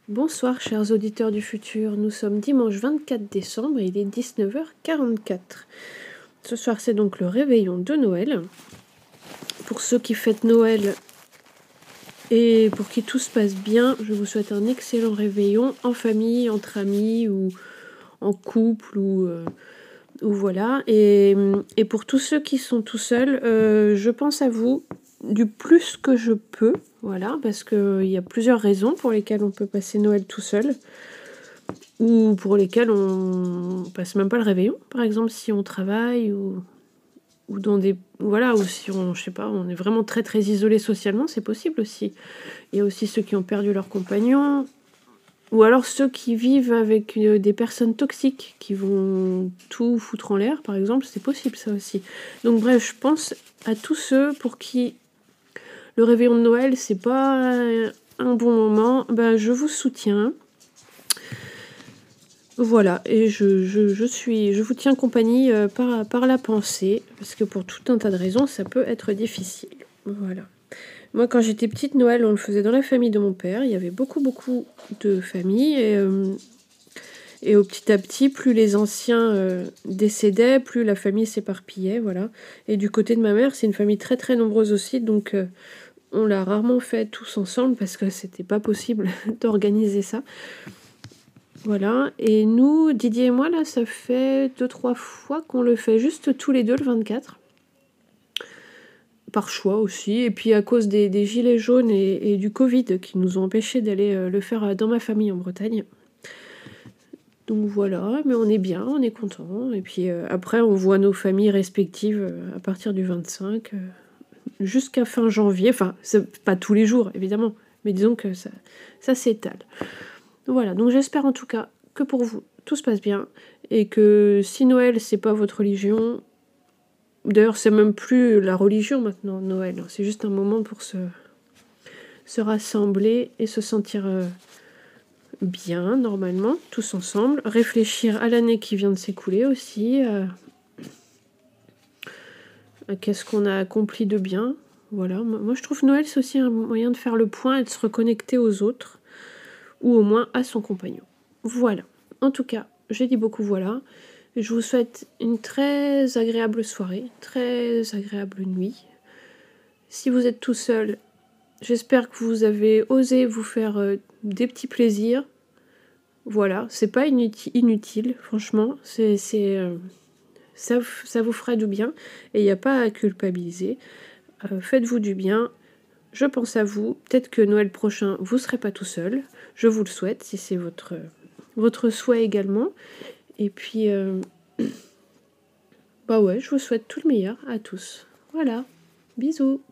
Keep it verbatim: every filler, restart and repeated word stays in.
Bonsoir chers auditeurs du futur, nous sommes dimanche vingt-quatre décembre et il est dix-neuf heures quarante-quatre. Ce soir c'est donc le réveillon de Noël. Pour ceux qui fêtent Noël et pour qui tout se passe bien, je vous souhaite un excellent réveillon en famille, entre amis ou en couple ou, euh, ou voilà. Et, et pour tous ceux qui sont tout seuls, euh, je pense à vous du plus que je peux. Voilà, parce qu'il y a plusieurs raisons pour lesquelles on peut passer Noël tout seul, ou pour lesquelles on passe même pas le réveillon, par exemple si on travaille, ou, ou dans des... Voilà, ou si on, je sais pas, on est vraiment très très isolé socialement, c'est possible aussi. Il y a aussi ceux qui ont perdu leur compagnon, ou alors ceux qui vivent avec euh, des personnes toxiques, qui vont tout foutre en l'air, par exemple, c'est possible ça aussi. Donc bref, je pense à tous ceux pour qui le réveillon de Noël, c'est pas un bon moment, ben, je vous soutiens. Voilà, et je, je, je, suis, je vous tiens compagnie euh, par, par la pensée, parce que pour tout un tas de raisons, ça peut être difficile. Voilà. Moi, quand j'étais petite, Noël, on le faisait dans la famille de mon père. Il y avait beaucoup, beaucoup de familles, et, euh, et au petit à petit, plus les anciens euh, décédaient, plus la famille s'éparpillait, voilà. Et du côté de ma mère, c'est une famille très, très nombreuse aussi, donc... Euh, on l'a rarement fait tous ensemble parce que c'était pas possible d'organiser ça. Voilà. Et nous, Didier et moi, là, ça fait deux, trois fois qu'on le fait juste tous les deux le vingt-quatre. Par choix aussi. Et puis à cause des, des gilets jaunes et, et du Covid qui nous ont empêchés d'aller euh, le faire dans ma famille en Bretagne. Donc voilà, mais on est bien, on est content. Et puis euh, après, on voit nos familles respectives euh, à partir du vingt-cinq. Euh, jusqu'à fin janvier, enfin c'est pas tous les jours évidemment, mais disons que ça, ça s'étale. Voilà, donc j'espère en tout cas que pour vous tout se passe bien et que si Noël c'est pas votre religion, d'ailleurs c'est même plus la religion maintenant Noël, c'est juste un moment pour se, se rassembler et se sentir euh, bien normalement, tous ensemble, réfléchir à l'année qui vient de s'écouler aussi, euh, qu'est-ce qu'on a accompli de bien. Voilà, moi je trouve Noël c'est aussi un moyen de faire le point et de se reconnecter aux autres, ou au moins à son compagnon. Voilà, en tout cas, j'ai dit beaucoup voilà. Je vous souhaite une très agréable soirée, très agréable nuit. Si vous êtes tout seul, j'espère que vous avez osé vous faire euh, des petits plaisirs. Voilà, c'est pas inuti- inutile, franchement, c'est... c'est euh, Ça, ça vous fera du bien et il n'y a pas à culpabiliser. Euh, faites-vous du bien. Je pense à vous. Peut-être que Noël prochain, vous ne serez pas tout seul. Je vous le souhaite, si c'est votre, votre souhait également. Et puis, euh, bah ouais, je vous souhaite tout le meilleur à tous. Voilà. Bisous.